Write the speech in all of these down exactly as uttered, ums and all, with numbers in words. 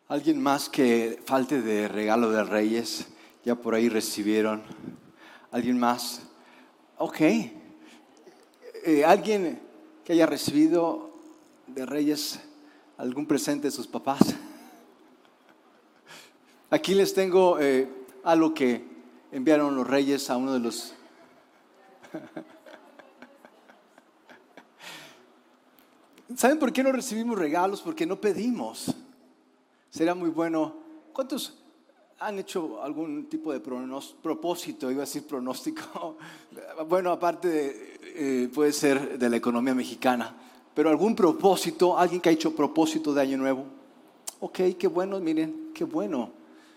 ¿Alguien más que falte de regalo de Reyes? Ya por ahí recibieron. ¿Alguien más? Ok. Eh, ¿Alguien que haya recibido de Reyes algún presente de sus papás? Aquí les tengo eh, algo que enviaron los Reyes a uno de los... ¿Saben por qué no recibimos regalos? Porque no pedimos. Será muy bueno. ¿Cuántos han hecho algún tipo de pronos, propósito? Iba a decir pronóstico. Bueno, aparte de, eh, puede ser de la economía mexicana, pero algún propósito, alguien que ha hecho propósito de año nuevo. Ok, qué bueno, miren, qué bueno.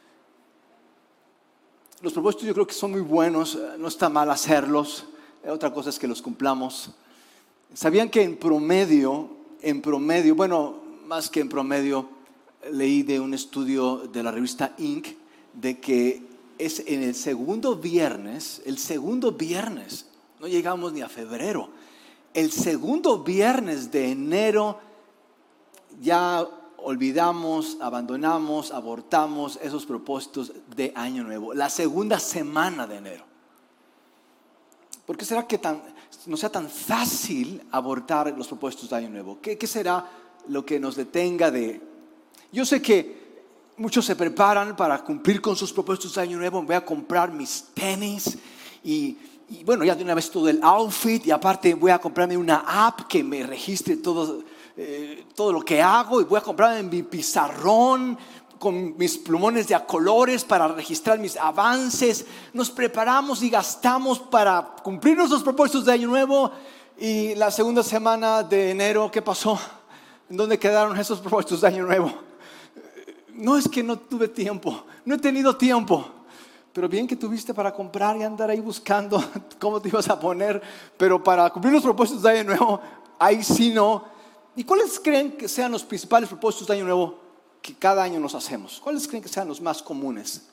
Los propósitos yo creo que son muy buenos, no está mal hacerlos. Otra cosa es que los cumplamos. ¿Sabían que en promedio, en promedio, bueno, más que en promedio, leí de un estudio de la revista Inc de que es en el segundo viernes, el segundo viernes, no llegamos ni a febrero, el segundo viernes de enero ya olvidamos, abandonamos, abortamos esos propósitos de año nuevo, la segunda semana de enero. ¿Por qué será que tan, no sea tan fácil abortar los propósitos de año nuevo? ¿Qué, qué será lo que nos detenga de... Yo sé que muchos se preparan para cumplir con sus propósitos de año nuevo. Voy a comprar mis tenis y, y bueno, ya de una vez todo el outfit, y aparte voy a comprarme una app que me registre todo, eh, todo lo que hago, y voy a comprarme mi pizarrón con mis plumones de a colores para registrar mis avances. Nos preparamos y gastamos para cumplir nuestros propósitos de año nuevo, y la segunda semana de enero, ¿qué pasó? ¿En dónde quedaron esos propósitos de año nuevo? No es que no tuve tiempo, no he tenido tiempo, pero bien que tuviste para comprar y andar ahí buscando cómo te ibas a poner, pero para cumplir los propósitos de año nuevo, ahí sí no. ¿Y cuáles creen que sean los principales propósitos de año nuevo que cada año nos hacemos? ¿Cuáles creen que sean los más comunes?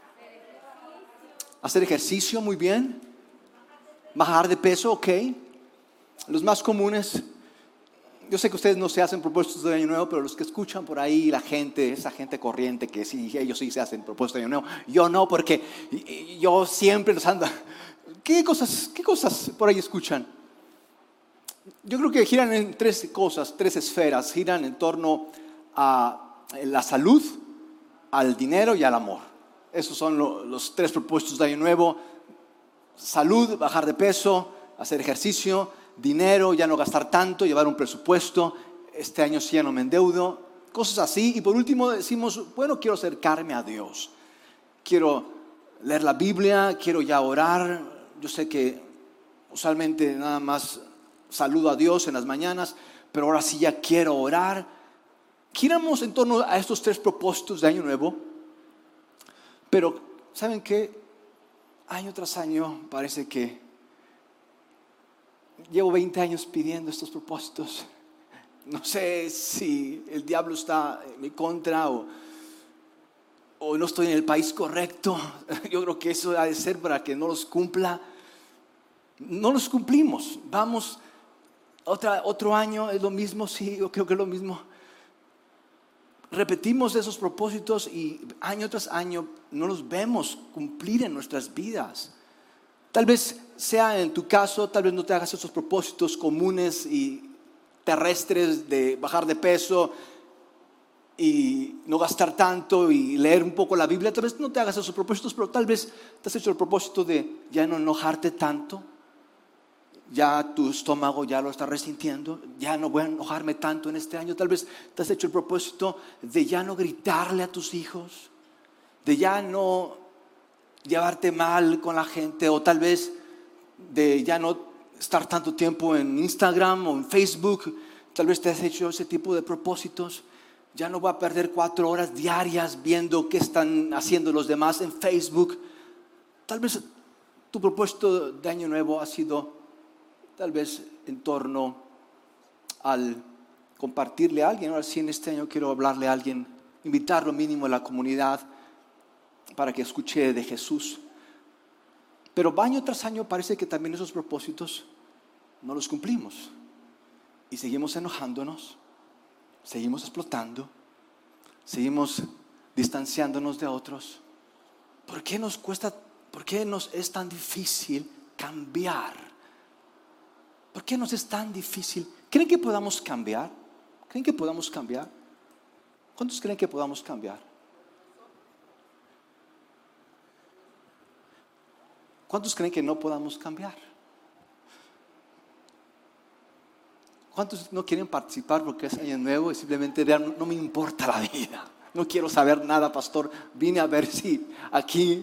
Hacer ejercicio, muy bien. Bajar de peso, ok. Los más comunes. Yo sé que ustedes no se hacen propósitos de año nuevo, pero los que escuchan por ahí, la gente, esa gente corriente que sí, ellos sí se hacen propósitos de año nuevo. Yo no, porque yo siempre los ando. ¿Qué cosas, qué cosas por ahí escuchan? Yo creo que giran en tres cosas, tres esferas. Giran en torno a la salud, al dinero y al amor. Esos son los tres propósitos de año nuevo. Salud, bajar de peso, hacer ejercicio. Dinero, ya no gastar tanto, llevar un presupuesto. Este año sí ya no me endeudo. Cosas así. Y por último decimos, bueno, quiero acercarme a Dios. Quiero leer la Biblia, quiero ya orar. Yo sé que usualmente nada más saludo a Dios en las mañanas, pero ahora sí ya quiero orar. Giramos en torno a estos tres propósitos de año nuevo. Pero, ¿saben qué? Año tras año parece que llevo veinte años pidiendo estos propósitos. No sé si el diablo está en mi contra o, o no estoy en el país correcto. Yo creo que eso ha de ser para que no los cumpla. No los cumplimos. Vamos, otra, otro año es lo mismo. Sí, yo creo que es lo mismo. Repetimos esos propósitos y año tras año no los vemos cumplir en nuestras vidas. Tal vez sea en tu caso, tal vez no te hagas esos propósitos comunes y terrestres de bajar de peso y no gastar tanto y leer un poco la Biblia. Tal vez no te hagas esos propósitos, pero tal vez te has hecho el propósito de ya no enojarte tanto. Ya tu estómago ya lo está resintiendo. Ya no voy a enojarme tanto en este año. Tal vez te has hecho el propósito de ya no gritarle a tus hijos, de ya no llevarte mal con la gente, o tal vez de ya no estar tanto tiempo en Instagram o en Facebook. Tal vez te has hecho ese tipo de propósitos. Ya no voy a perder cuatro horas diarias viendo qué están haciendo los demás en Facebook. Tal vez tu propósito de año nuevo ha sido tal vez en torno al compartirle a alguien. Ahora sí, en este año quiero hablarle a alguien, invitarlo mínimo a la comunidad para que escuche de Jesús. Pero año tras año parece que también esos propósitos no los cumplimos. Y seguimos enojándonos, seguimos explotando, seguimos distanciándonos de otros. ¿Por qué nos cuesta, por qué nos es tan difícil cambiar? ¿Por qué nos es tan difícil? ¿Creen que podamos cambiar? ¿Creen que podamos cambiar? ¿Cuántos creen que podamos cambiar? ¿Cuántos creen que no podamos cambiar? ¿Cuántos no quieren participar porque es año nuevo y simplemente no, no me importa la vida? No quiero saber nada, pastor. Vine a ver si aquí.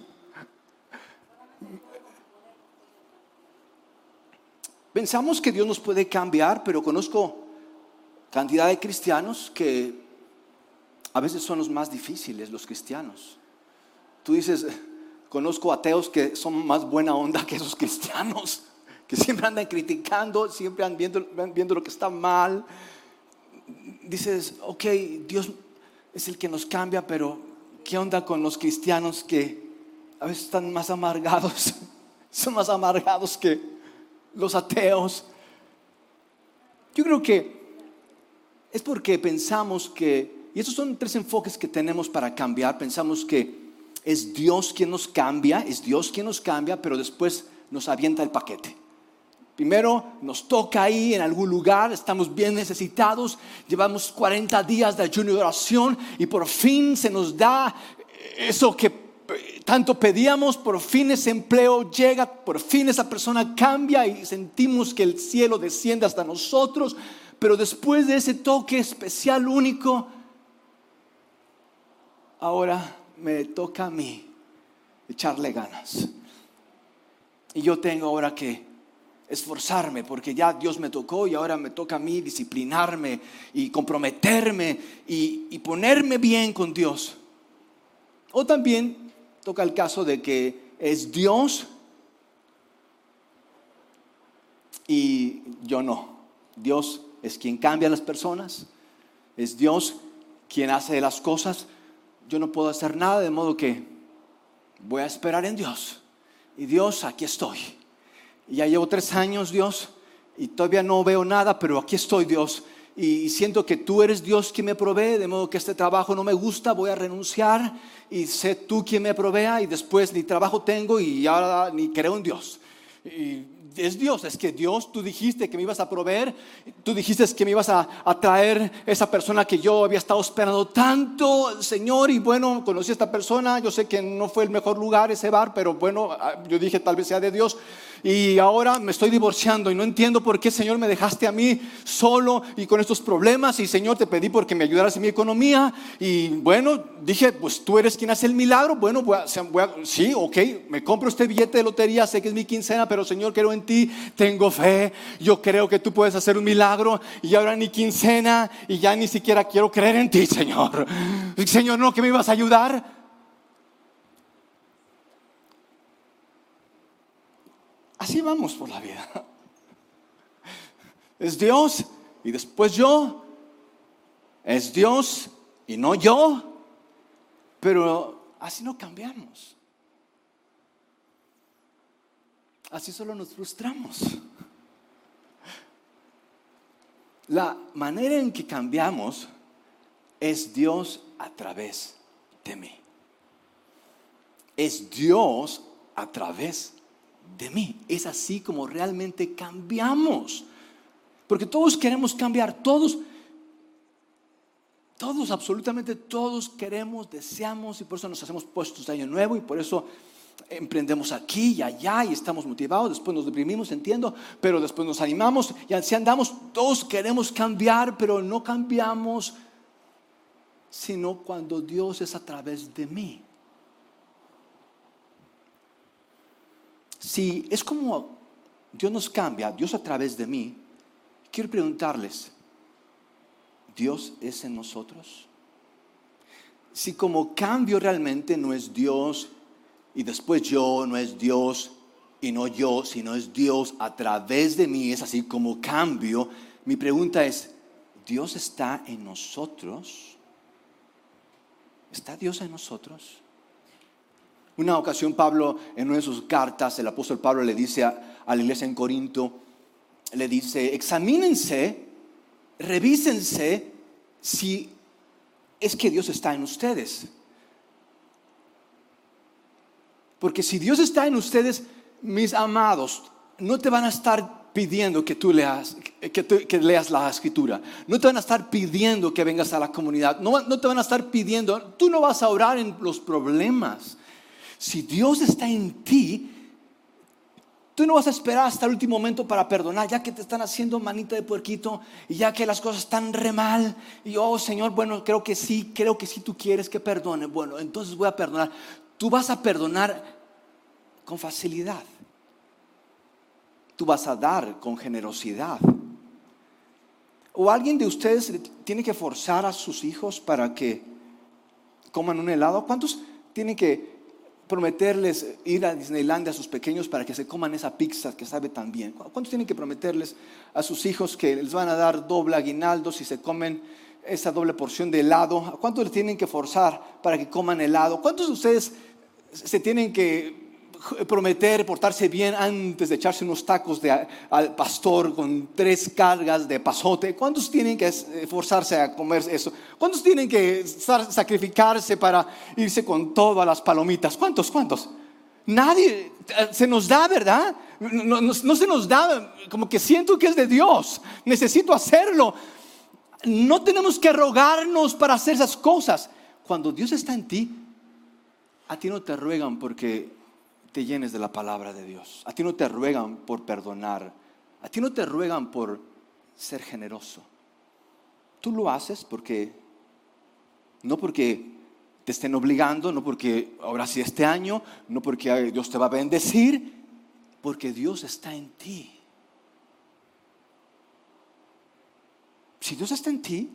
Pensamos que Dios nos puede cambiar, pero conozco cantidad de cristianos que a veces son los más difíciles, los cristianos. Tú dices, conozco ateos que son más buena onda que esos cristianos, que siempre andan criticando, siempre andan viendo, viendo lo que está mal. Dices, ok, Dios es el que nos cambia, pero ¿qué onda con los cristianos que a veces están más amargados? Son más amargados que los ateos. Yo creo que es porque pensamos que, y esos son tres enfoques que tenemos para cambiar. Pensamos que es Dios quien nos cambia, es Dios quien nos cambia, pero después nos avienta el paquete. Primero nos toca ahí en algún lugar, estamos bien necesitados, llevamos cuarenta días de ayuno y oración y por fin se nos da eso que tanto pedíamos, por fin ese empleo llega, por fin esa persona cambia y sentimos que el cielo desciende hasta nosotros, pero después de ese toque especial, único, ahora me toca a mí echarle ganas. Y yo tengo ahora que esforzarme porque ya Dios me tocó y ahora me toca a mí disciplinarme y comprometerme y, y ponerme bien con Dios. O también toca el caso de que es Dios y yo no. Dios es quien cambia a las personas, es Dios quien hace las cosas. Yo no puedo hacer nada, de modo que voy a esperar en Dios. Y Dios, aquí estoy. Y ya llevo tres años, Dios, y todavía no veo nada, pero aquí estoy, Dios. Y siento que tú eres Dios quien me provee, de modo que este trabajo no me gusta, voy a renunciar y sé tú quien me provea, y después ni trabajo tengo y ahora ni creo en Dios. Y es Dios, es que Dios, tú dijiste que me ibas a proveer, tú dijiste que me ibas a, a traer esa persona que yo había estado esperando tanto, Señor, y bueno, conocí a esta persona, yo sé que no fue el mejor lugar ese bar, pero bueno, yo dije tal vez sea de Dios. Y ahora me estoy divorciando y no entiendo por qué, Señor, me dejaste a mí solo y con estos problemas. Y Señor, te pedí porque me ayudaras en mi economía. Y bueno, dije, pues tú eres quien hace el milagro. Bueno, voy a, voy a, sí, ok, me compro este billete de lotería, sé que es mi quincena, pero Señor, creo en ti, tengo fe. Yo creo que tú puedes hacer un milagro. Y ahora ni quincena y ya ni siquiera quiero creer en ti, Señor. Señor, no, que me ibas a ayudar. Así vamos por la vida. Es Dios y después yo. Es Dios y no yo. Pero así no cambiamos. Así solo nos frustramos. La manera en que cambiamos es Dios a través de mí. Es Dios a través de de mí. Es así como realmente cambiamos, porque todos queremos cambiar, todos todos, absolutamente todos queremos, deseamos, y por eso nos hacemos puestos de año nuevo y por eso emprendemos aquí y allá y estamos motivados. Después nos deprimimos, entiendo, pero después nos animamos y así andamos. Todos queremos cambiar, pero no cambiamos sino cuando Dios es a través de mí. Si es como Dios nos cambia, Dios a través de mí, quiero preguntarles, ¿Dios es en nosotros? Si como cambio realmente no es Dios y después yo, no es Dios y no yo, sino es Dios a través de mí, es así como cambio, mi pregunta es, ¿Dios está en nosotros? ¿Está Dios en nosotros? Una ocasión Pablo, en una de sus cartas, el apóstol Pablo le dice a, a la iglesia en Corinto, le dice, examínense, revísense si es que Dios está en ustedes. Porque si Dios está en ustedes, mis amados, no te van a estar pidiendo que tú leas, que, tú, que leas la escritura. No te van a estar pidiendo que vengas a la comunidad. No, no te van a estar pidiendo, tú no vas a orar en los problemas. Si Dios está en ti, tú no vas a esperar hasta el último momento para perdonar, ya que te están haciendo manita de puerquito y ya que las cosas están re mal. Y oh Señor, bueno, creo que sí, creo que sí tú quieres que perdone. Bueno, entonces voy a perdonar. Tú vas a perdonar con facilidad. Tú vas a dar con generosidad. ¿O alguien de ustedes tiene que forzar a sus hijos para que coman un helado? ¿Cuántos tienen que prometerles ir a Disneylandia a sus pequeños para que se coman esa pizza que sabe tan bien? ¿Cuántos tienen que prometerles a sus hijos que les van a dar doble aguinaldo si se comen esa doble porción de helado? ¿Cuántos les tienen que forzar para que coman helado? ¿Cuántos de ustedes se tienen que prometer portarse bien antes de echarse unos tacos de, al pastor con tres cargas de pasote? ¿Cuántos tienen que forzarse a comer eso? ¿Cuántos tienen que sacrificarse para irse con todas las palomitas? ¿Cuántos? ¿Cuántos? Nadie. Se nos da, ¿verdad? No, no, no se nos da, como que siento que es de Dios. Necesito hacerlo. No tenemos que rogarnos para hacer esas cosas. Cuando Dios está en ti, a ti no te ruegan porque te llenes de la palabra de Dios. A ti no te ruegan por perdonar. A ti no te ruegan por ser generoso. Tú lo haces porque, no porque te estén obligando, no porque ahora sí este año, no porque Dios te va a bendecir, porque Dios está en ti. Si Dios está en ti,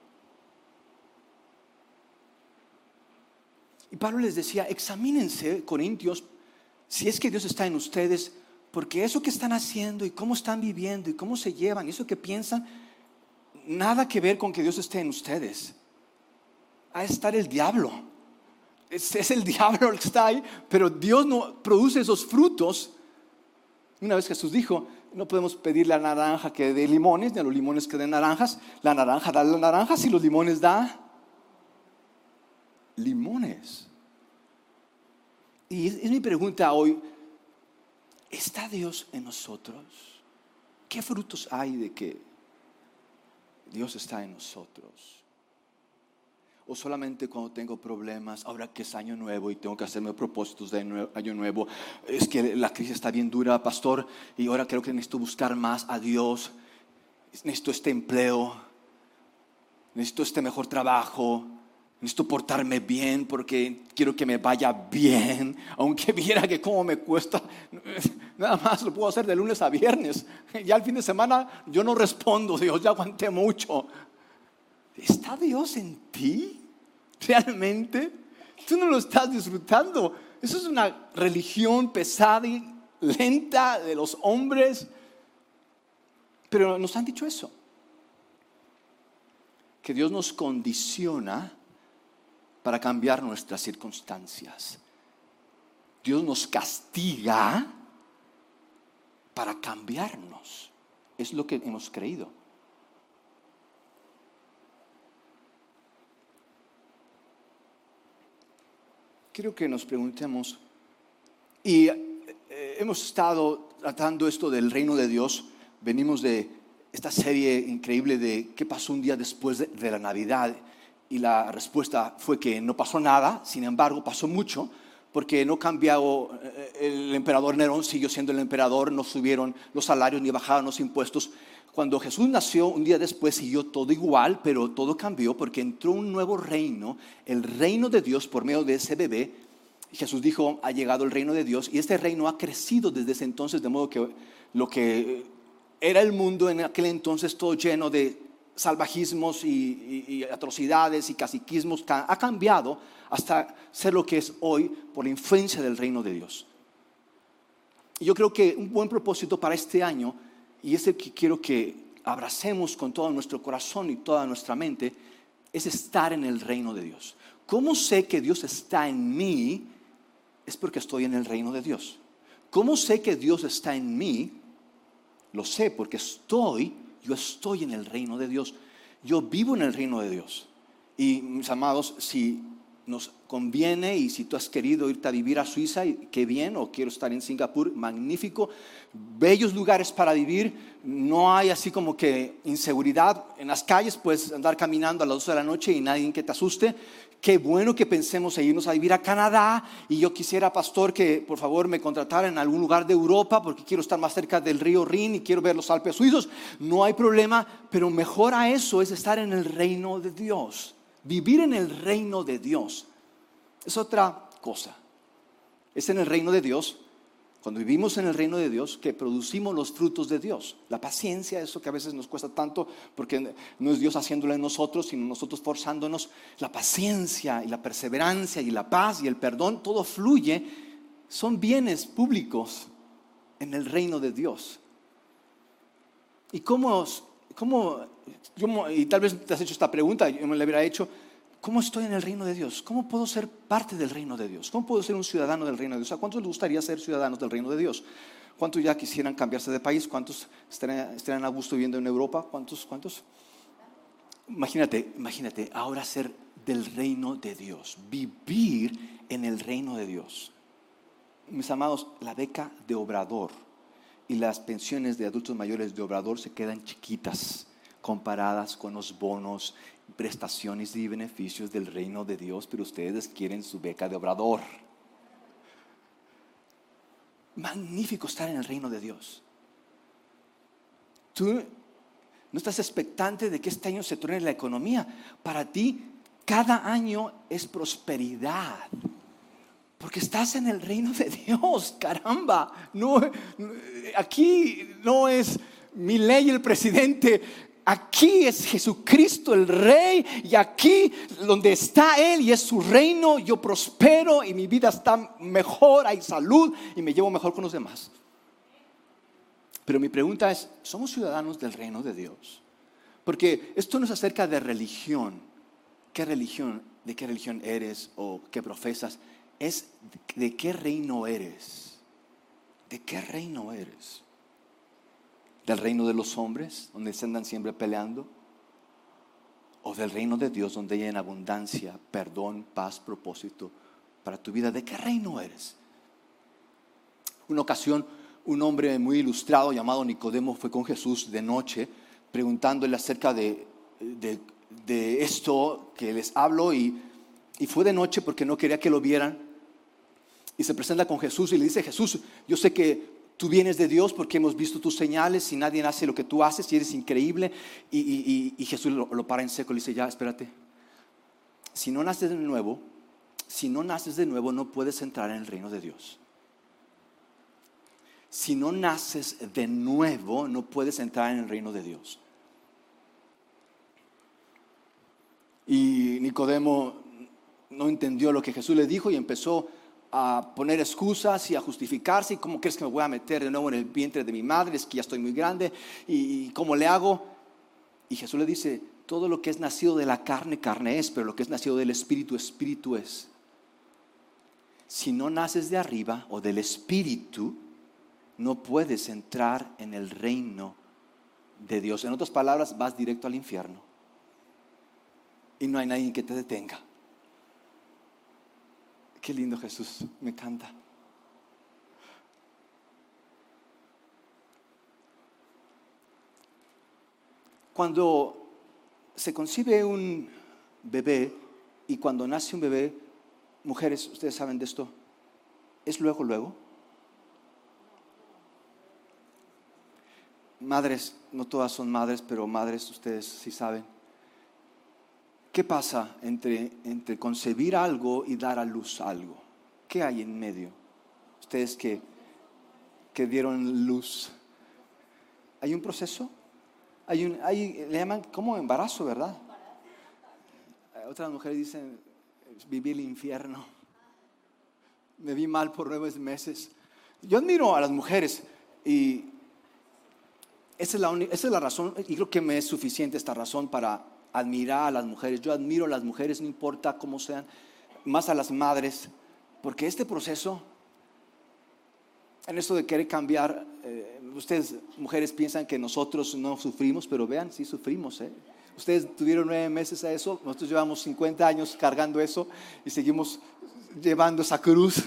y Pablo les decía, examínense, Corintios, si es que Dios está en ustedes, porque eso que están haciendo y cómo están viviendo y cómo se llevan y eso que piensan, nada que ver con que Dios esté en ustedes. Ha de estar el diablo. Es, es el diablo el que está ahí, pero Dios no produce esos frutos. Una vez Jesús dijo, no podemos pedirle a la naranja que dé limones, ni a los limones que den naranjas. La naranja da las naranjas y los limones da limones. Y es, es mi pregunta hoy, ¿está Dios en nosotros? ¿Qué frutos hay de que Dios está en nosotros? ¿O solamente cuando tengo problemas, ahora que es año nuevo y tengo que hacerme propósitos de año nuevo, es que la crisis está bien dura, pastor, y ahora creo que necesito buscar más a Dios, necesito este empleo, necesito este mejor trabajo, necesito portarme bien porque quiero que me vaya bien, aunque viera que cómo me cuesta, nada más lo puedo hacer de lunes a viernes, ya el fin de semana yo no respondo, Dios, ya aguanté mucho. ¿Está Dios en ti? ¿Realmente? Tú no lo estás disfrutando. Eso es una religión pesada y lenta de los hombres, pero nos han dicho eso, que Dios nos condiciona para cambiar nuestras circunstancias. Dios nos castiga para cambiarnos. Es lo que hemos creído. Quiero que nos preguntemos, y eh, hemos estado tratando esto del reino de Dios. Venimos de esta serie increíble de qué pasó un día después de, de la Navidad. Y la respuesta fue que no pasó nada. Sin embargo, pasó mucho, porque no cambió. El emperador Nerón siguió siendo el emperador, no subieron los salarios ni bajaron los impuestos. Cuando Jesús nació, un día después siguió todo igual, pero todo cambió porque entró un nuevo reino, el reino de Dios por medio de ese bebé. Jesús dijo, ha llegado el reino de Dios, y este reino ha crecido desde ese entonces, de modo que lo que era el mundo en aquel entonces, todo lleno de salvajismos y, y, y atrocidades y caciquismos, ha cambiado hasta ser lo que es hoy por la influencia del reino de Dios. Y yo creo que un buen propósito para este año, y es el que quiero que abracemos con todo nuestro corazón y toda nuestra mente, es estar en el reino de Dios. ¿Cómo sé que Dios está en mí? Es porque estoy en el reino de Dios. ¿Cómo sé que Dios está en mí? Lo sé porque estoy, yo estoy en el reino de Dios. Yo vivo en el reino de Dios. Y mis amados, si nos conviene y si tú has querido irte a vivir a Suiza, qué bien, o quiero estar en Singapur, magnífico, bellos lugares para vivir, no hay así como que inseguridad en las calles, puedes andar caminando a las doce de la noche y nadie que te asuste. Qué bueno que pensemos en irnos a vivir a Canadá, y yo quisiera, pastor, que por favor me contratara en algún lugar de Europa porque quiero estar más cerca del río Rin y quiero ver los Alpes suizos. No hay problema, pero mejor a eso es estar en el reino de Dios. Vivir en el reino de Dios es otra cosa. Es en el reino de Dios, cuando vivimos en el reino de Dios, que producimos los frutos de Dios. La paciencia, eso que a veces nos cuesta tanto, porque no es Dios haciéndolo en nosotros, sino nosotros forzándonos. La paciencia y la perseverancia y la paz y el perdón, todo fluye. Son bienes públicos en el reino de Dios. ¿Y cómo, cómo yo, y tal vez te has hecho esta pregunta, yo me la hubiera hecho: ¿cómo estoy en el reino de Dios? ¿Cómo puedo ser parte del reino de Dios? ¿Cómo puedo ser un ciudadano del reino de Dios? ¿A cuántos les gustaría ser ciudadanos del reino de Dios? ¿Cuántos ya quisieran cambiarse de país? ¿Cuántos estarían, estarían a gusto viviendo en Europa? ¿Cuántos? ¿Cuántos? Imagínate, imagínate ahora ser del reino de Dios, vivir en el reino de Dios. Mis amados, la beca de Obrador y las pensiones de adultos mayores de Obrador se quedan chiquitas comparadas con los bonos, prestaciones y beneficios del reino de Dios, pero ustedes quieren su beca de Obrador. Magnífico estar en el reino de Dios. Tú no estás expectante de que este año se truene la economía. Para ti, cada año es prosperidad, porque estás en el reino de Dios. Caramba, no, aquí no es mi ley el presidente. Aquí es Jesucristo el Rey, y aquí donde está Él y es su reino, yo prospero y mi vida está mejor, hay salud y me llevo mejor con los demás. Pero mi pregunta es: ¿somos ciudadanos del reino de Dios? Porque esto no es acerca de religión. ¿Qué religión? ¿De qué religión eres o qué profesas? Es de qué reino eres. ¿De qué reino eres? ¿Del reino de los hombres, donde se andan siempre peleando? ¿O del reino de Dios, donde hay en abundancia, perdón, paz, propósito para tu vida? ¿De qué reino eres? Una ocasión, un hombre muy ilustrado llamado Nicodemo fue con Jesús de noche, preguntándole acerca de, de, de esto que les hablo, y, y fue de noche porque no quería que lo vieran. Y se presenta con Jesús y le dice: Jesús, yo sé que tú vienes de Dios porque hemos visto tus señales y nadie hace lo que tú haces y eres increíble. Y, y, y, y Jesús lo, lo para en seco y le dice: ya, espérate. Si no naces de nuevo, si no naces de nuevo, no puedes entrar en el reino de Dios. Si no naces de nuevo, no puedes entrar en el reino de Dios. Y Nicodemo no entendió lo que Jesús le dijo y empezó a poner excusas y a justificarse. ¿Y cómo crees que me voy a meter de nuevo en el vientre de mi madre? Es que ya estoy muy grande. ¿Y cómo le hago? Y Jesús le dice: todo lo que es nacido de la carne, carne es, pero lo que es nacido del Espíritu, Espíritu es. Si no naces de arriba o del Espíritu, no puedes entrar en el reino de Dios. En otras palabras, vas directo al infierno y no hay nadie que te detenga. Qué lindo Jesús, me encanta. Cuando se concibe un bebé y cuando nace un bebé, mujeres, ustedes saben de esto, ¿es luego, luego? Madres, no todas son madres, pero madres, ustedes sí saben. ¿Qué pasa entre, entre concebir algo y dar a luz algo? ¿Qué hay en medio? Ustedes que, que dieron luz, ¿hay un proceso? Hay un, hay, le llaman como embarazo, ¿verdad? Otras mujeres dicen: viví el infierno, me vi mal por nueve meses. Yo admiro a las mujeres y esa es la, esa es la razón, y creo que me es suficiente esta razón para admirar a las mujeres. Yo admiro a las mujeres, no importa cómo sean, más a las madres, porque este proceso, en esto de querer cambiar, eh, ustedes mujeres piensan que nosotros no sufrimos, pero vean, sí sufrimos, ¿eh? Ustedes tuvieron nueve meses a eso, nosotros llevamos cincuenta años cargando eso y seguimos llevando esa cruz.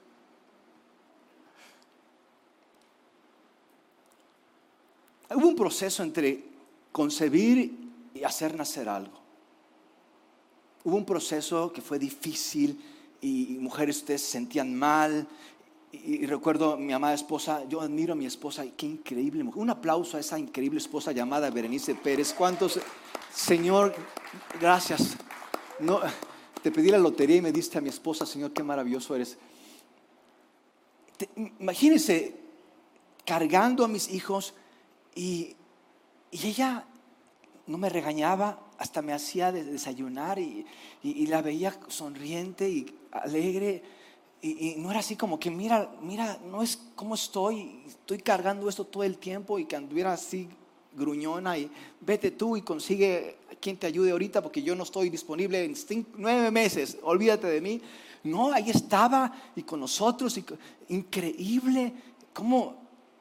Hubo un proceso entre concebir y hacer nacer algo. Hubo un proceso que fue difícil y, y mujeres, ustedes se sentían mal. Y, y recuerdo a mi amada esposa, yo admiro a mi esposa, qué increíble mujer. Un aplauso a esa increíble esposa llamada Berenice Pérez. ¿Cuántos? Señor, gracias. No, te pedí la lotería y me diste a mi esposa, Señor, qué maravilloso eres. Te, imagínense cargando a mis hijos y, y ella no me regañaba, hasta me hacía desayunar y, y, y la veía sonriente y alegre. Y, y no era así como que mira, mira, no es como estoy, estoy cargando esto todo el tiempo y que anduviera así gruñona y vete tú y consigue a quien te ayude ahorita porque yo no estoy disponible en cinco, nueve meses, olvídate de mí. No, ahí estaba y con nosotros, y, increíble, cómo.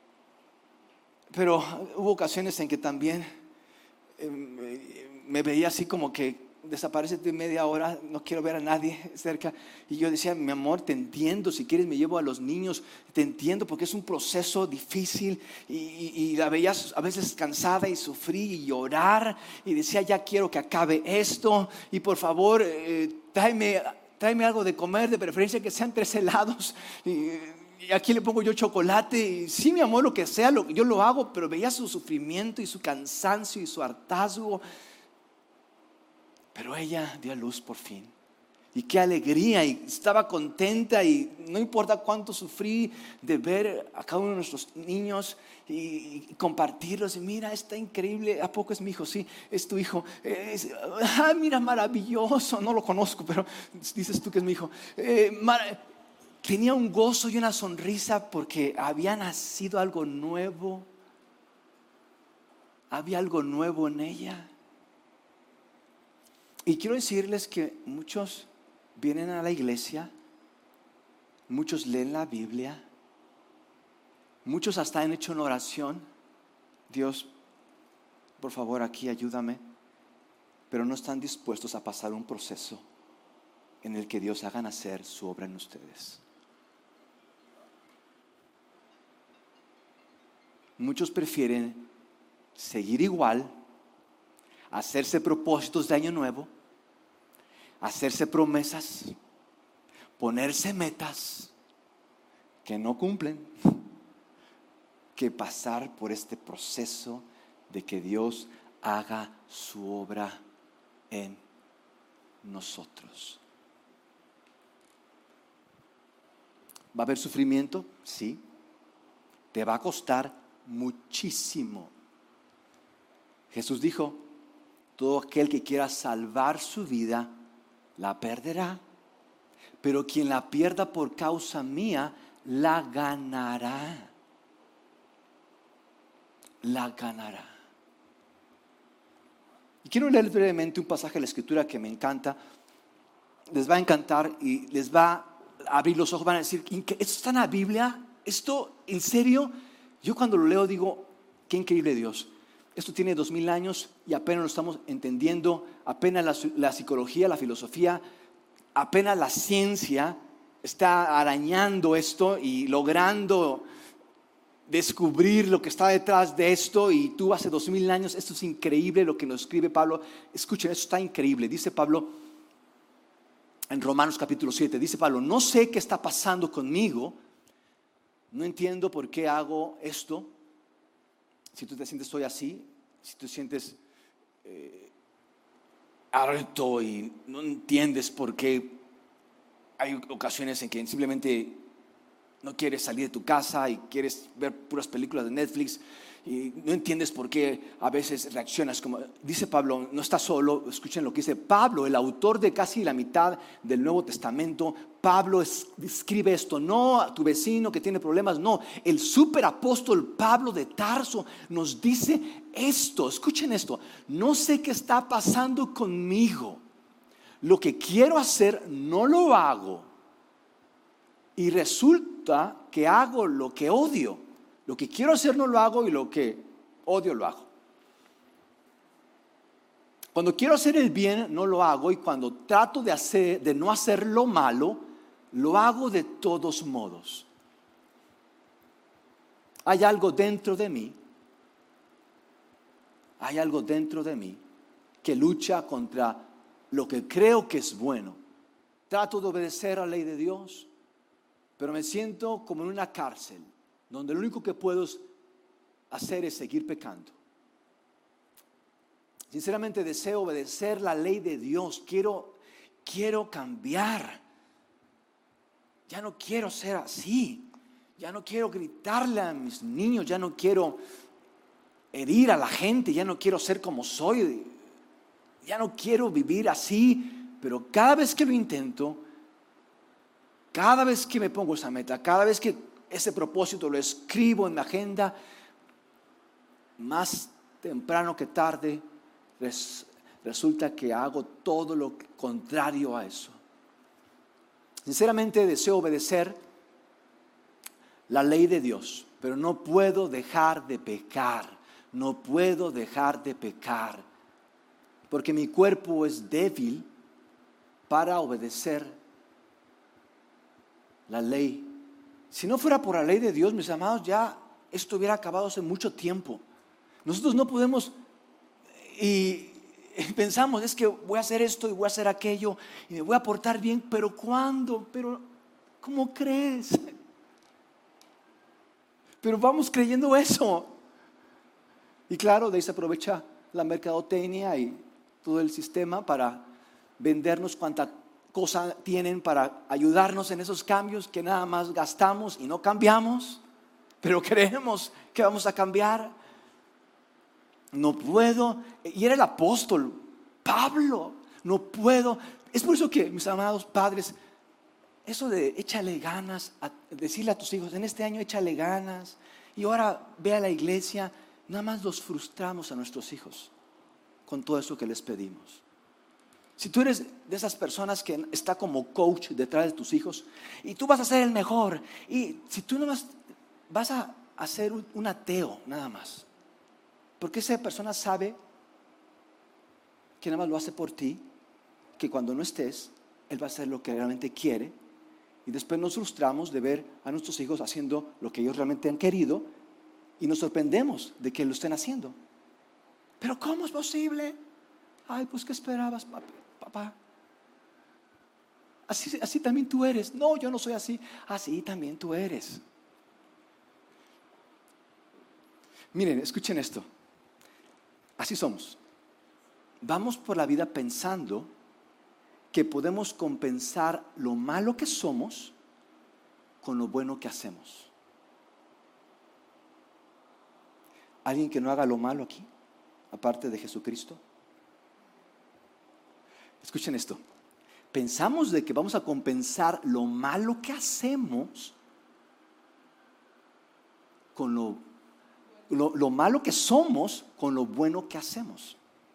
Pero hubo ocasiones en que también eh, me veía así como que desaparece de media hora, no quiero ver a nadie cerca. Y yo decía, mi amor, te entiendo, si quieres me llevo a los niños, te entiendo porque es un proceso difícil. Y, y, y la veía a veces cansada y sufrí y llorar y decía, ya quiero que acabe esto y por favor eh, tráeme, tráeme algo de comer, de preferencia que sean tres helados y, y aquí le pongo yo chocolate y sí, mi amor, lo que sea, lo, yo lo hago. Pero veía su sufrimiento y su cansancio y su hartazgo. Pero ella dio a luz por fin. Y qué alegría, y estaba contenta, y no importa cuánto sufrí de ver a cada uno de nuestros niños y, y compartirlos. Y mira, está increíble. ¿A poco es mi hijo? Sí, es tu hijo. Es, ah, mira, maravilloso. No lo conozco, pero dices tú que es mi hijo. Eh, mar- tenía un gozo y una sonrisa porque había nacido algo nuevo. Había algo nuevo en ella. Y quiero decirles que muchos vienen a la iglesia, muchos leen la Biblia, muchos hasta han hecho una oración. Dios, por favor, aquí ayúdame. Pero no están dispuestos a pasar un proceso en el que Dios haga nacer su obra en ustedes. Muchos prefieren seguir igual, hacerse propósitos de año nuevo, hacerse promesas, ponerse metas que no cumplen, que pasar por este proceso de que Dios haga su obra en nosotros. ¿Va a haber sufrimiento? Sí. Te va a costar muchísimo. Jesús dijo, todo aquel que quiera salvar su vida, la perderá. Pero quien la pierda por causa mía, la ganará. La ganará. Y quiero leer brevemente un pasaje de la Escritura que me encanta. Les va a encantar y les va a abrir los ojos. Van a decir, ¿esto está en la Biblia? ¿Esto en serio? Yo cuando lo leo digo, qué increíble Dios. Esto tiene dos mil años y apenas lo estamos entendiendo. Apenas la, la psicología, la filosofía, apenas la ciencia está arañando esto y logrando descubrir lo que está detrás de esto. Y tú hace dos mil años, esto es increíble lo que nos escribe Pablo. Escuchen, esto está increíble. Dice Pablo en Romanos capítulo siete, dice Pablo, no sé qué está pasando conmigo, no entiendo por qué hago esto. Si tú te sientes estoy así, si tú sientes eh, harto y no entiendes por qué hay ocasiones en que simplemente no quieres salir de tu casa y quieres ver puras películas de Netflix y no entiendes por qué a veces reaccionas como dice Pablo, no está solo. Escuchen lo que dice Pablo, el autor de casi la mitad del Nuevo Testamento. Pablo escribe esto, no a tu vecino que tiene problemas, no, el superapóstol Pablo de Tarso nos dice esto. Escuchen esto, no sé qué está pasando conmigo, lo que quiero hacer no lo hago y resulta que hago lo que odio. Lo que quiero hacer no lo hago y lo que odio lo hago. Cuando quiero hacer el bien, no lo hago. Y cuando trato de, hacer, de no hacer lo malo, lo hago de todos modos. Hay algo dentro de mí, hay algo dentro de mí que lucha contra lo que creo que es bueno. Trato de obedecer a la ley de Dios, pero me siento como en una cárcel, donde lo único que puedo hacer es seguir pecando. Sinceramente deseo obedecer la ley de Dios. Quiero, quiero cambiar. Ya no quiero ser así. Ya no quiero gritarle a mis niños. Ya no quiero herir a la gente. Ya no quiero ser como soy. Ya no quiero vivir así. Pero cada vez que lo intento, cada vez que me pongo esa meta, cada vez que ese propósito lo escribo en mi agenda, más temprano que tarde, res, resulta que hago todo lo contrario a eso. Sinceramente deseo obedecer la ley de Dios, pero no puedo dejar de pecar, no puedo dejar de pecar, porque mi cuerpo es débil para obedecer la ley. Si no fuera por la ley de Dios, mis amados, ya esto hubiera acabado hace mucho tiempo. Nosotros no podemos y pensamos, es que voy a hacer esto y voy a hacer aquello y me voy a portar bien, pero ¿cuándo? Pero ¿cómo crees? Pero vamos creyendo eso. Y claro, de ahí se aprovecha la mercadotecnia y todo el sistema para vendernos cuánta cosa tienen para ayudarnos en esos cambios que nada más gastamos y no cambiamos, pero creemos que vamos a cambiar. No puedo. Y era el apóstol Pablo. No puedo. Es por eso que, mis amados padres, eso de échale ganas, a decirle a tus hijos, en este año échale ganas, y ahora ve a la iglesia, nada más los frustramos a nuestros hijos con todo eso que les pedimos. Si tú eres de esas personas que está como coach detrás de tus hijos y tú vas a ser el mejor, y si tú nada más vas a hacer un, un ateo nada más, porque esa persona sabe que nada más lo hace por ti, que cuando no estés, él va a hacer lo que realmente quiere, y después nos frustramos de ver a nuestros hijos haciendo lo que ellos realmente han querido y nos sorprendemos de que lo estén haciendo. ¿Pero cómo es posible? Ay, pues ¿qué esperabas, papá? Así, así también tú eres. No, yo no soy así. Así también tú eres. Miren, escuchen esto. Así somos. Vamos por la vida pensando que podemos compensar lo malo que somos con lo bueno que hacemos. ¿Alguien que no haga lo malo aquí, aparte de Jesucristo? Escuchen esto. Pensamos de que vamos a compensar lo malo que hacemos con lo, lo, lo malo que somos con lo bueno que hacemos.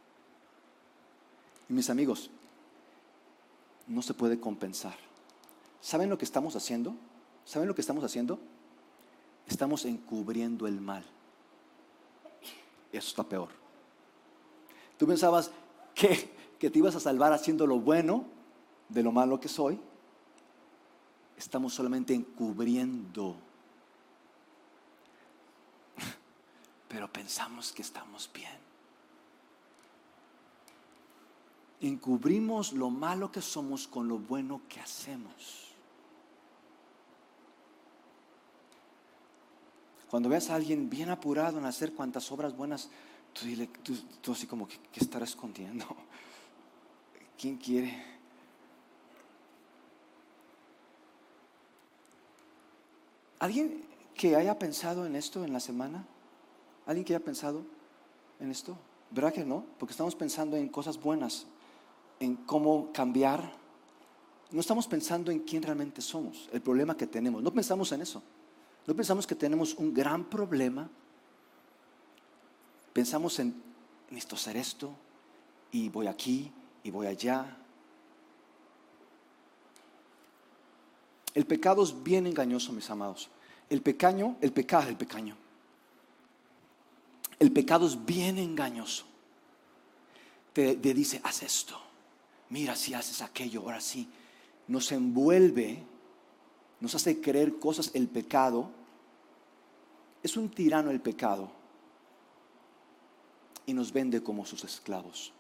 Y mis amigos, no se puede compensar. ¿Saben lo que estamos haciendo? ¿Saben lo que estamos haciendo? Estamos encubriendo el mal. Eso está peor. Tú pensabas que, que te ibas a salvar haciendo lo bueno de lo malo que soy. Estamos solamente encubriendo. Pero pensamos que estamos bien. Encubrimos lo malo que somos con lo bueno que hacemos. Cuando veas a alguien bien apurado en hacer cuantas obras buenas, tú dile, tú, tú así como, ¿qué, qué estará escondiendo? ¿Quién quiere? ¿Alguien que haya pensado en esto en la semana? ¿Alguien que haya pensado en esto? ¿Verdad que no? Porque estamos pensando en cosas buenas, en cómo cambiar. No estamos pensando en quién realmente somos, el problema que tenemos. No pensamos en eso. No pensamos que tenemos un gran problema. Pensamos en, necesito hacer esto, y voy aquí, y voy allá. El pecado es bien engañoso, mis amados. El pecaño, el pecado, el pecaño. El pecado es bien engañoso. te, te dice, haz esto, mira si haces aquello, ahora sí. Nos envuelve, nos hace creer cosas. El pecado es un tirano, el pecado, y nos vende como sus esclavos.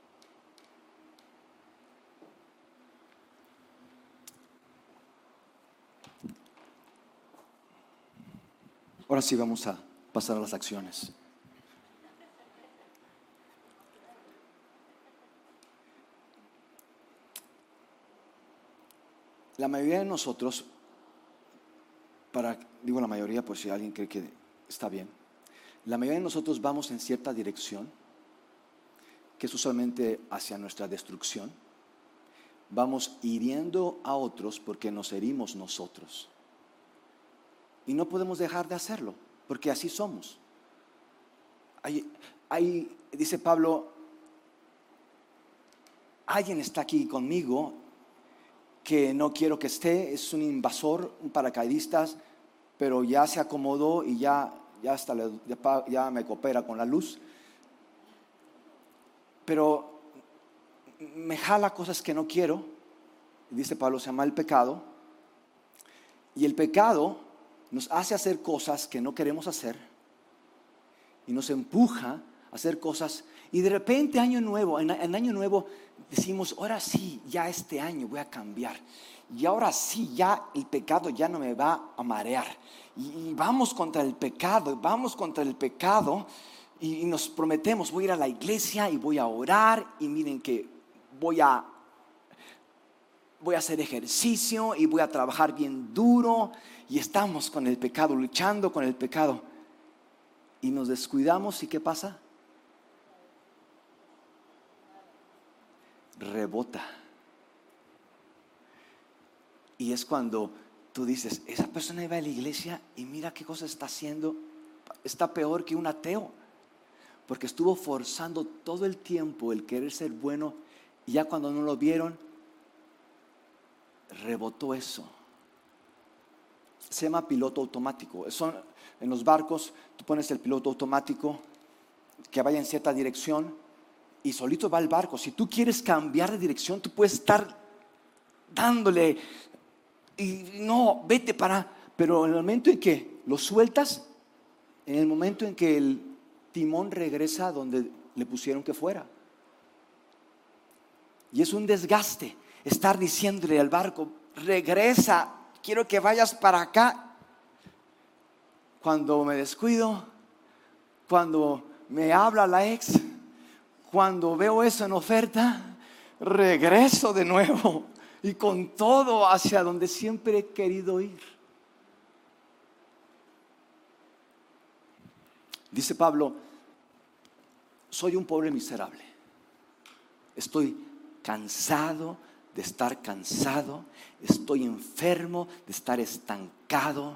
Ahora sí vamos a pasar a las acciones. La mayoría de nosotros, para, digo la mayoría por si alguien cree que está bien, la mayoría de nosotros vamos en cierta dirección, que es usualmente hacia nuestra destrucción. Vamos hiriendo a otros porque nos herimos nosotros. Y no podemos dejar de hacerlo, porque así somos. Hay, hay, dice Pablo, alguien está aquí conmigo que no quiero que esté, es un invasor, un paracaidista, pero ya se acomodó y ya, ya, hasta le, ya, ya me coopera con la luz. Pero me jala cosas que no quiero. Dice Pablo, se llama el pecado. Y el pecado nos hace hacer cosas que no queremos hacer y nos empuja a hacer cosas. Y de repente año nuevo, en, en año nuevo decimos, ahora sí, ya este año voy a cambiar. Y ahora sí, ya el pecado ya no me va a marear. Y, y vamos contra el pecado, vamos contra el pecado. Y, y nos prometemos, voy a ir a la iglesia y voy a orar. Y miren que voy a, voy a hacer ejercicio y voy a trabajar bien duro. Y estamos con el pecado, luchando con el pecado. Y nos descuidamos, ¿y qué pasa? Rebota. Y es cuando tú dices, esa persona iba a la iglesia y mira qué cosa está haciendo. Está peor que un ateo, porque estuvo forzando todo el tiempo el querer ser bueno, y ya cuando no lo vieron, rebotó eso. Se llama piloto automático. Son, en los barcos tú pones el piloto automático que vaya en cierta dirección y solito va el barco. Si tú quieres cambiar de dirección, tú puedes estar dándole y no, vete para. Pero en el momento en que lo sueltas, en el momento en que el timón regresa a donde le pusieron que fuera. Y es un desgaste estar diciéndole al barco, regresa, quiero que vayas para acá. Cuando me descuido, cuando me habla la ex, cuando veo eso en oferta, regreso de nuevo y con todo hacia donde siempre he querido ir. Dice Pablo, soy un pobre miserable. Estoy cansado de estar cansado. Estoy enfermo de estar estancado.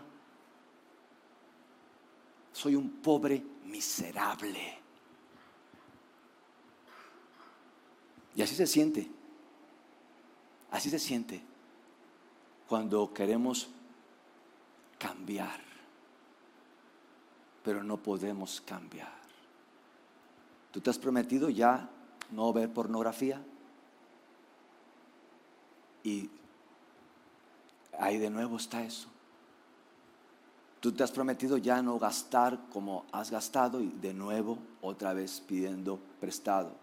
Soy un pobre miserable. Y así se siente. Así se siente cuando queremos cambiar, pero no podemos cambiar. ¿Tú te has prometido ya no ver pornografía? Y ahí de nuevo está eso. Tú te has prometido ya no gastar como has gastado y de nuevo otra vez pidiendo prestado.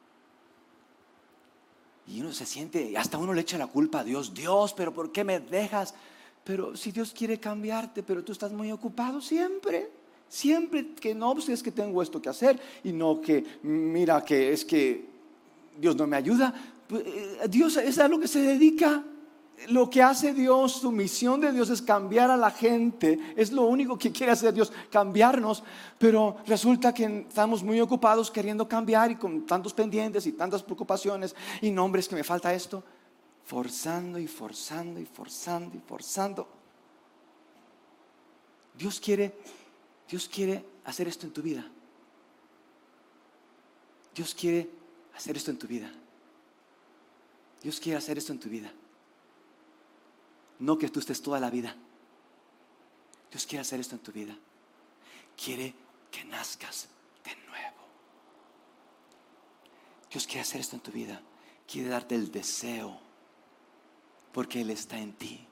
Y uno se siente, hasta uno le echa la culpa a Dios. Dios, pero ¿por qué me dejas? Pero si Dios quiere cambiarte, pero tú estás muy ocupado siempre. Siempre que no, pues es que tengo esto que hacer. Y no que, mira que es que Dios no me ayuda. Dios es a lo que se dedica. Lo que hace Dios, su misión de Dios es cambiar a la gente. Es lo único que quiere hacer Dios, cambiarnos. Pero resulta que estamos muy ocupados queriendo cambiar y con tantos pendientes y tantas preocupaciones. Y no, hombre, es que me falta esto. Forzando y forzando y forzando y forzando. Dios quiere, Dios quiere hacer esto en tu vida. Dios quiere hacer esto en tu vida. Dios quiere hacer esto en tu vida. No que tú estés toda la vida. Dios quiere hacer esto en tu vida. Quiere que nazcas de nuevo. Dios quiere hacer esto en tu vida. Quiere darte el deseo, porque Él está en ti.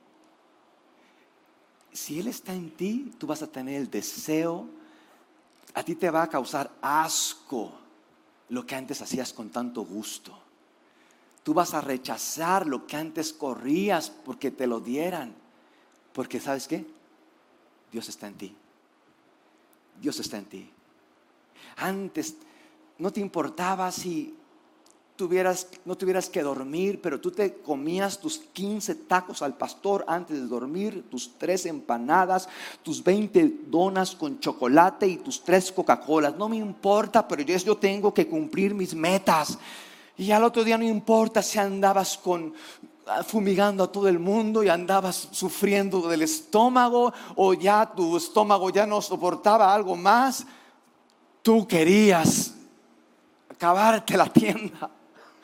Si Él está en ti, tú vas a tener el deseo. A ti te va a causar asco lo que antes hacías con tanto gusto. Tú vas a rechazar lo que antes corrías porque te lo dieran. Porque ¿sabes qué? Dios está en ti. Dios está en ti. Antes no te importaba si tuvieras, no tuvieras que dormir, pero tú te comías tus quince tacos al pastor antes de dormir, tus tres empanadas, tus veinte donas con chocolate y tus tres Coca-Colas. No me importa, pero yo, yo tengo que cumplir mis metas. Y al otro día no importa si andabas con, fumigando a todo el mundo y andabas sufriendo del estómago, o ya tu estómago ya no soportaba algo más. Tú querías acabarte la tienda.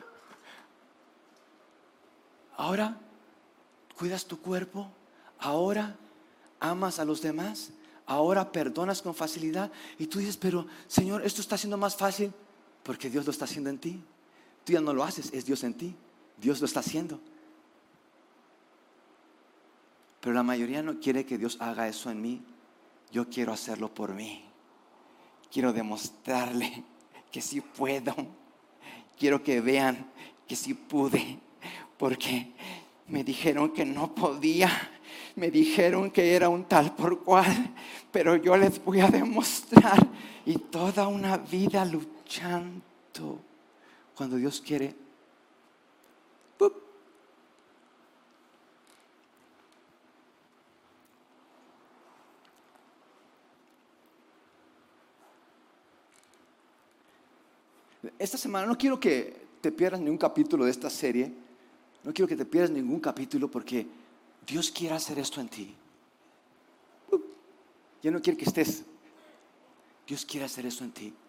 Ahora cuidas tu cuerpo, ahora amas a los demás, ahora perdonas con facilidad. Y tú dices, pero Señor, esto está siendo más fácil porque Dios lo está haciendo en ti. Tú ya no lo haces, es Dios en ti. Dios lo está haciendo. Pero la mayoría no quiere que Dios haga eso en mí. Yo quiero hacerlo por mí. Quiero demostrarle que sí puedo. Quiero que vean que sí pude. Porque me dijeron que no podía. Me dijeron que era un tal por cual. Pero yo les voy a demostrar. Y toda una vida luchando. Cuando Dios quiere, ¡pup! Esta semana no quiero que te pierdas ningún capítulo de esta serie. No quiero que te pierdas ningún capítulo, porque Dios quiere hacer esto en ti. ¡Pup! Ya no quiere que estés. Dios quiere hacer esto en ti.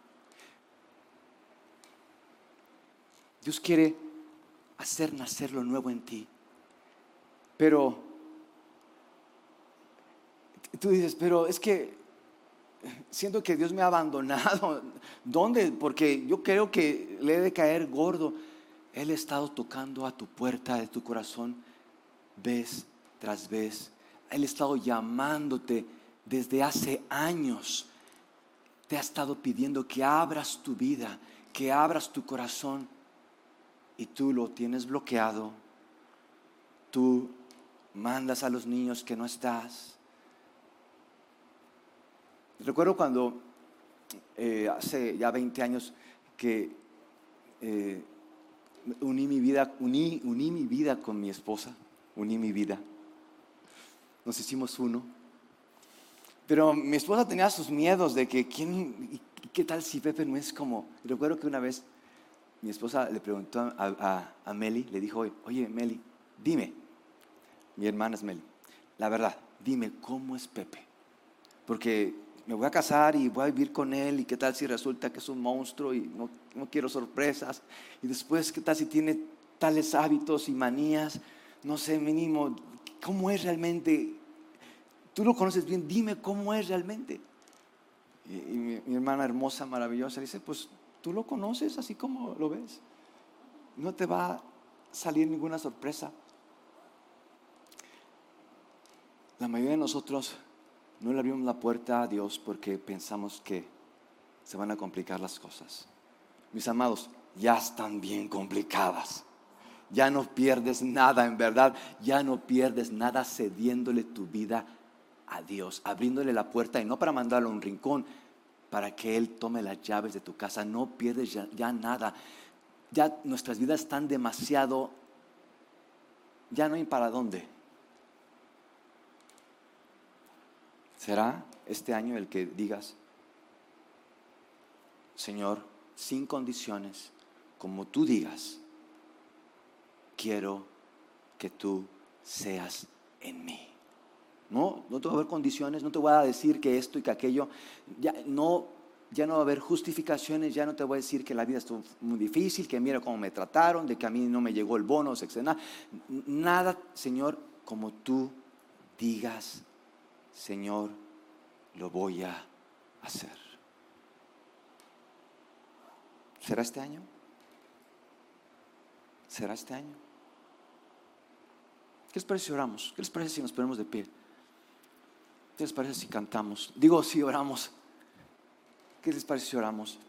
Dios quiere hacer nacer lo nuevo en ti. Pero tú dices, pero es que siento que Dios me ha abandonado. ¿Dónde? Porque yo creo que le he de caer gordo. Él ha estado tocando a tu puerta de tu corazón vez tras vez. Él ha estado llamándote desde hace años. Te ha estado pidiendo que abras tu vida, que abras tu corazón. Y tú lo tienes bloqueado. Tú mandas a los niños que no estás. Recuerdo cuando eh, hace ya veinte años que eh, uní mi vida, uní, uní mi vida con mi esposa, uní mi vida. Nos hicimos uno. Pero mi esposa tenía sus miedos de que quién, qué tal si Pepe no es como. Recuerdo que una vez mi esposa le preguntó a, a, a Meli, le dijo, oye Meli, dime, mi hermana es Meli, la verdad, dime cómo es Pepe, porque me voy a casar y voy a vivir con él, y qué tal si resulta que es un monstruo y no, no quiero sorpresas, y después qué tal si tiene tales hábitos y manías, no sé, mínimo, ¿cómo es realmente? Tú lo conoces bien, dime cómo es realmente. Y, y mi, mi hermana hermosa, maravillosa, dice, pues tú lo conoces así como lo ves. No te va a salir ninguna sorpresa. La mayoría de nosotros no le abrimos la puerta a Dios porque pensamos que se van a complicar las cosas. Mis amados, ya están bien complicadas. Ya no pierdes nada, en verdad. Ya no pierdes nada cediéndole tu vida a Dios, abriéndole la puerta, y no para mandarlo a un rincón, para que Él tome las llaves de tu casa. No pierdes ya, ya nada. Ya nuestras vidas están demasiado, ya no hay para dónde. ¿Será este año el que digas, Señor, sin condiciones, como tú digas, quiero que tú seas en mí? No, no te va a haber condiciones, no te voy a decir que esto y que aquello, ya no, ya no va a haber justificaciones, ya no te voy a decir que la vida estuvo muy difícil, que mira cómo me trataron, de que a mí no me llegó el bono, etcétera. Nada, Señor, como tú digas, Señor, lo voy a hacer. ¿Será este año? será este año. ¿Qué les parece si oramos? ¿Qué les parece si nos ponemos de pie? ¿Qué les parece si cantamos? Digo, si oramos. ¿Qué les parece si oramos?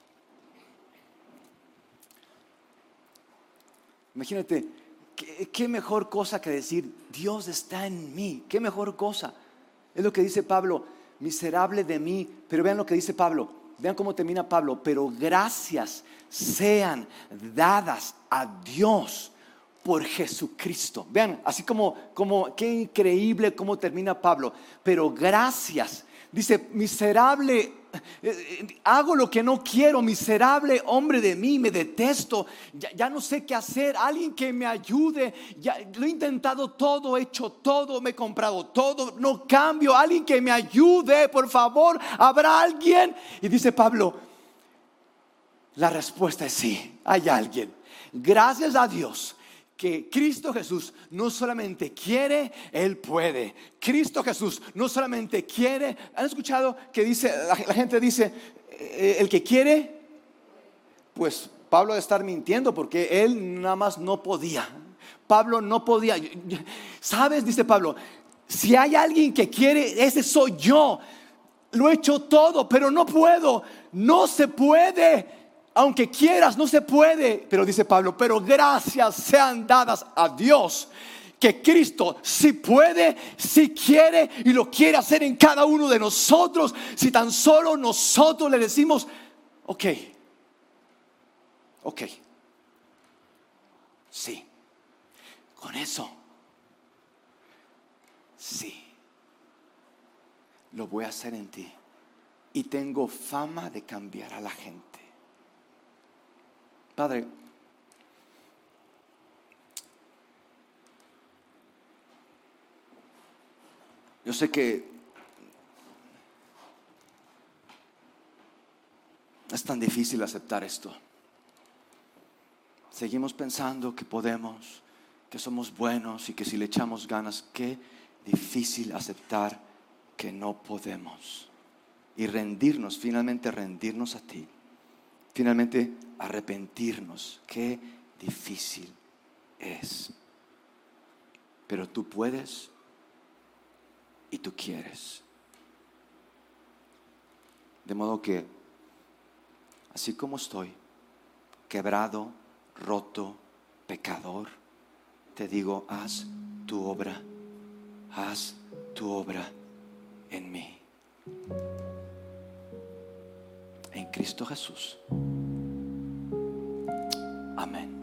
Imagínate, ¿qué, qué mejor cosa que decir, Dios está en mí? ¿Qué mejor cosa? Es lo que dice Pablo, miserable de mí. Pero vean lo que dice Pablo, vean cómo termina Pablo. Pero gracias sean dadas a Dios por Jesucristo. Vean, así como, como qué increíble cómo termina Pablo. Pero gracias, dice, miserable, eh, hago lo que no quiero, miserable hombre de mí, me detesto, ya, ya no sé qué hacer, alguien que me ayude, ya, lo he intentado todo, he hecho todo, me he comprado todo, no cambio, alguien que me ayude, por favor, ¿habrá alguien? Y dice Pablo, la respuesta es sí, hay alguien. Gracias a Dios que Cristo Jesús no solamente quiere, Él puede. Cristo Jesús no solamente quiere. ¿Han escuchado que dice, la, la gente dice, eh, el que quiere? Pues Pablo debe estar mintiendo, porque él nada más no podía. Pablo no podía. ¿Sabes? Dice Pablo, si hay alguien que quiere, ese soy yo. Lo he hecho todo, pero no puedo. No se puede. Aunque quieras, no se puede. Pero dice Pablo, pero gracias sean dadas a Dios, que Cristo sí puede, sí quiere y lo quiere hacer en cada uno de nosotros. Si tan solo nosotros le decimos, ok, ok, sí, con eso, sí, lo voy a hacer en ti. Y tengo fama de cambiar a la gente. Padre, yo sé que es tan difícil aceptar esto. Seguimos pensando que podemos, que somos buenos y que si le echamos ganas, qué difícil aceptar que no podemos. Y rendirnos, finalmente rendirnos a ti. Finalmente arrepentirnos, qué difícil es. Pero tú puedes y tú quieres. De modo que, así como estoy, quebrado, roto, pecador, te digo, haz tu obra, haz tu obra en mí. En Cristo Jesús. Amén.